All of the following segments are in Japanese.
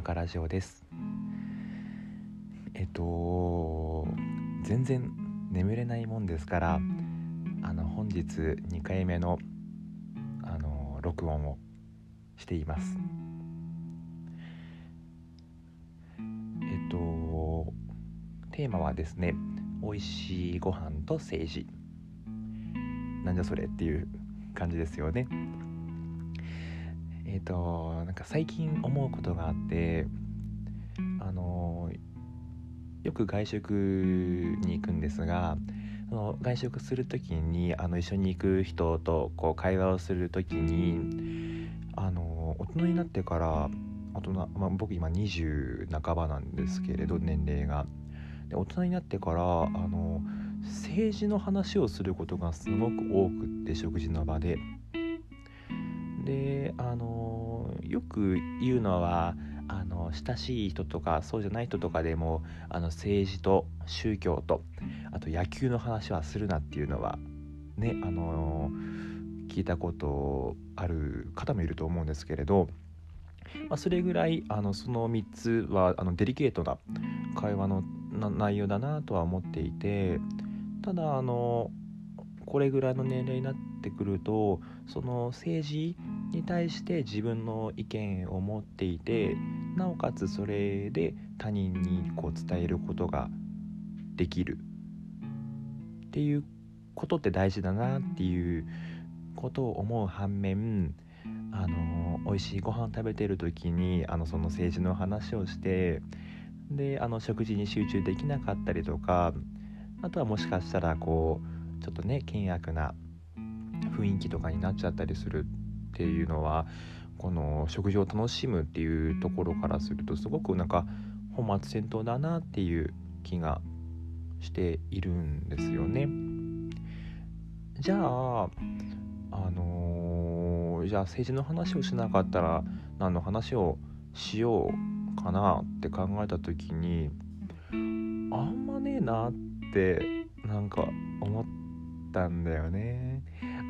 中ラジオです。全然眠れないもんですから、本日2回目の録音をしています。テーマはですね、美味しいご飯と政治。なんじゃそれっていう感じですよね。なんか最近思うことがあって、よく外食に行くんですが、その外食するときに一緒に行く人とこう会話をするときに大人になってから僕今20半ばなんですけれど、年齢がで大人になってから政治の話をすることがすごく多くって、食事の場でよく言うのは親しい人とかそうじゃない人とかでも政治と宗教とあと野球の話はするなっていうのはね、聞いたことある方もいると思うんですけれど、それぐらいその3つはデリケートな会話の内容だなとは思っていて、ただこれぐらいの年齢になってくると、その政治に対して自分の意見を持っていて、なおかつそれで他人にこう伝えることができるっていうことって大事だなっていうことを思う反面、美味しいご飯食べてる時にその政治の話をしてで食事に集中できなかったりとか、あとはもしかしたらこうちょっとね険悪な雰囲気とかになっちゃったりするっていうのは、この食事を楽しむっていうところからするとすごくなんか本末転倒だなっていう気がしているんですよね。じゃあ政治の話をしなかったら何の話をしようかなって考えた時に、あんまねえなってなんか思ったんだよね。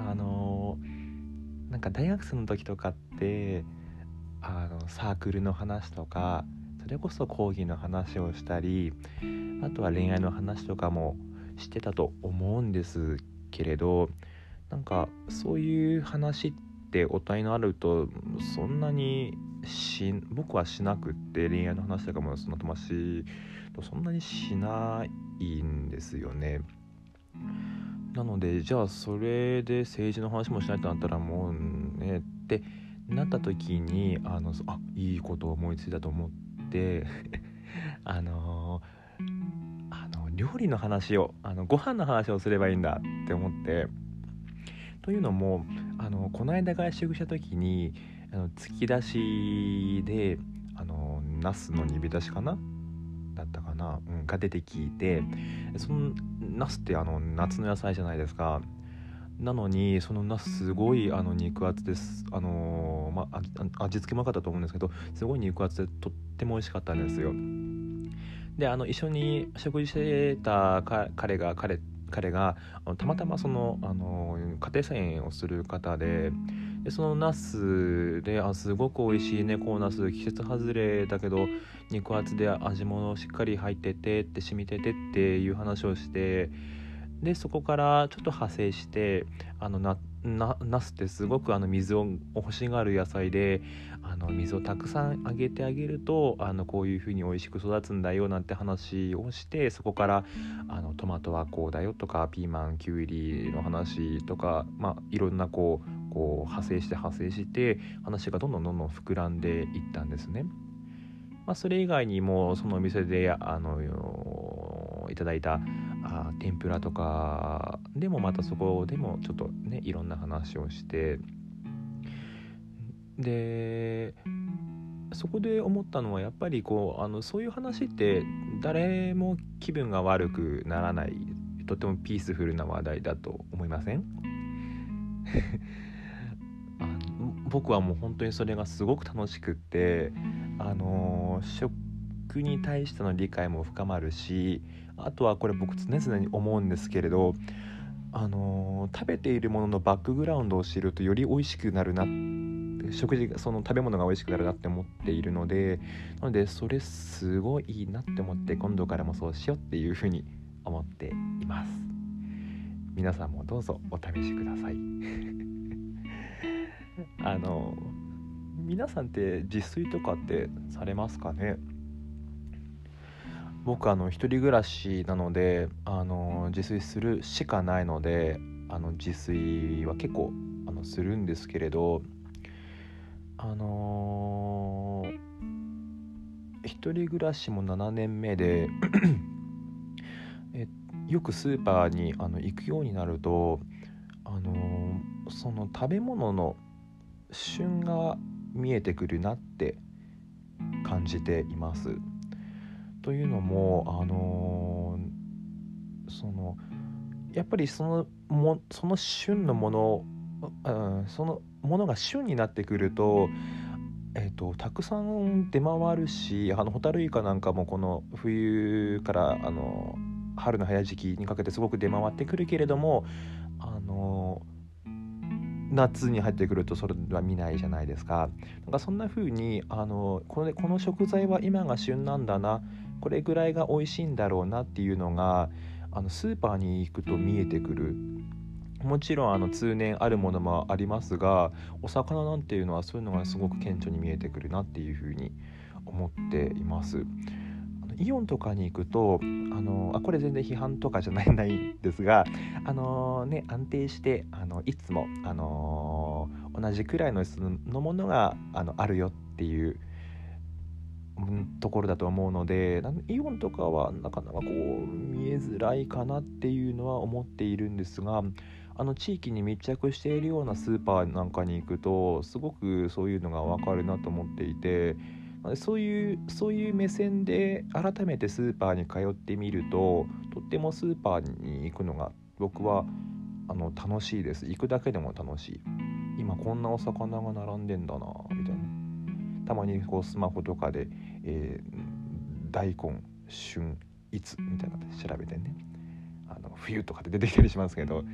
なんか大学生の時とかってサークルの話とか、それこそ講義の話をしたり、あとは恋愛の話とかもしてたと思うんですけれど、なんかそういう話って大人になるとそんなに僕はしなくって、恋愛の話とかもその友達とそんなにしないんですよね。なのでじゃあそれで政治の話もしないとなったらもうねってなった時にいいことを思いついたと思ってあの料理の話をご飯の話をすればいいんだって思って、というのもこの間外食した時に突き出しでナスの煮浸しかなだったかな、が出てきて、そのナスって夏の野菜じゃないですか。なのにそのナスすごい肉厚です。味付けも良かったと思うんですけど、すごい肉厚でとっても美味しかったんですよ。で一緒に食事してた彼がたまたまその家庭菜園をする方で、そのナスですごく美味しいね、こうナス季節外れだけど肉厚で味もしっかり入っててって染みててっていう話をして、でそこからちょっと派生してナスってすごく水を欲しがる野菜で、水をたくさんあげてあげるとこういう風に美味しく育つんだよなんて話をして、そこからトマトはこうだよとか、ピーマンキュウリの話とか、いろんなこう派生して話がどんどん膨らんでいったんですね。それ以外にもそのお店でいただいた天ぷらとかでもまたそこでもちょっとねいろんな話をして、でそこで思ったのはやっぱりそういう話って誰も気分が悪くならない、とてもピースフルな話題だと思いません？僕はもう本当にそれがすごく楽しくって、食に対しての理解も深まるし、あとはこれ僕常々に思うんですけれど、食べているもののバックグラウンドを知るとより美味しくなるなってその食べ物が美味しくなるなって思っているので、なのでそれすごいいいなって思って、今度からもそうしようっていうふうに思っています。皆さんもどうぞお試しください皆さんって自炊とかってされますかね？僕一人暮らしなので自炊するしかないので、自炊は結構するんですけれど、一人暮らしも7年目でよくスーパーに行くようになると、その食べ物の旬が見えてくるなって感じています。というのもやっぱりその旬のもの、そのものが旬になってくると、たくさん出回るし、ホタルイカなんかもこの冬から春の早時期にかけてすごく出回ってくるけれども、夏に入ってくるとそれは見ないじゃないですか。なんかそんな風にこの食材は今が旬なんだな、これぐらいが美味しいんだろうなっていうのがスーパーに行くと見えてくる。もちろん通年あるものもありますが、お魚なんていうのはそういうのがすごく顕著に見えてくるなっていう風に思っています。イオンとかに行くとこれ全然批判とかじゃないんですが、安定していつも同じくらいの質のものがあるよっていうところだと思うので、イオンとかはなかなかこう見えづらいかなっていうのは思っているんですが、地域に密着しているようなスーパーなんかに行くとすごくそういうのが分かるなと思っていて、そういう目線で改めてスーパーに通ってみると、とってもスーパーに行くのが僕は楽しいです。行くだけでも楽しい。今こんなお魚が並んでんだなみたいな。たまにこうスマホとかで、大根旬いつみたいなので調べてね、冬とかで出てきたりしますけど、はい、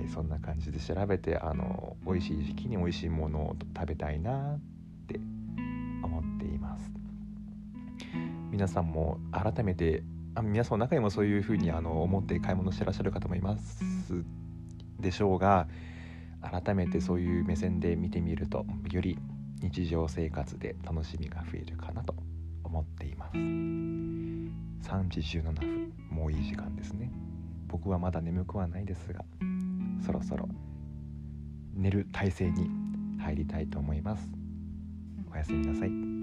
そんな感じで調べて美味しい時期に美味しいものを食べたいなって思っています。皆さんも改めて皆さんの中にもそういうふうに思って買い物してらっしゃる方もいますでしょうが、改めてそういう目線で見てみるとより日常生活で楽しみが増えるかなと思っています。3時17分、もういい時間ですね。僕はまだ眠くはないですが、そろそろ寝る体勢に入りたいと思います。おやすみなさい。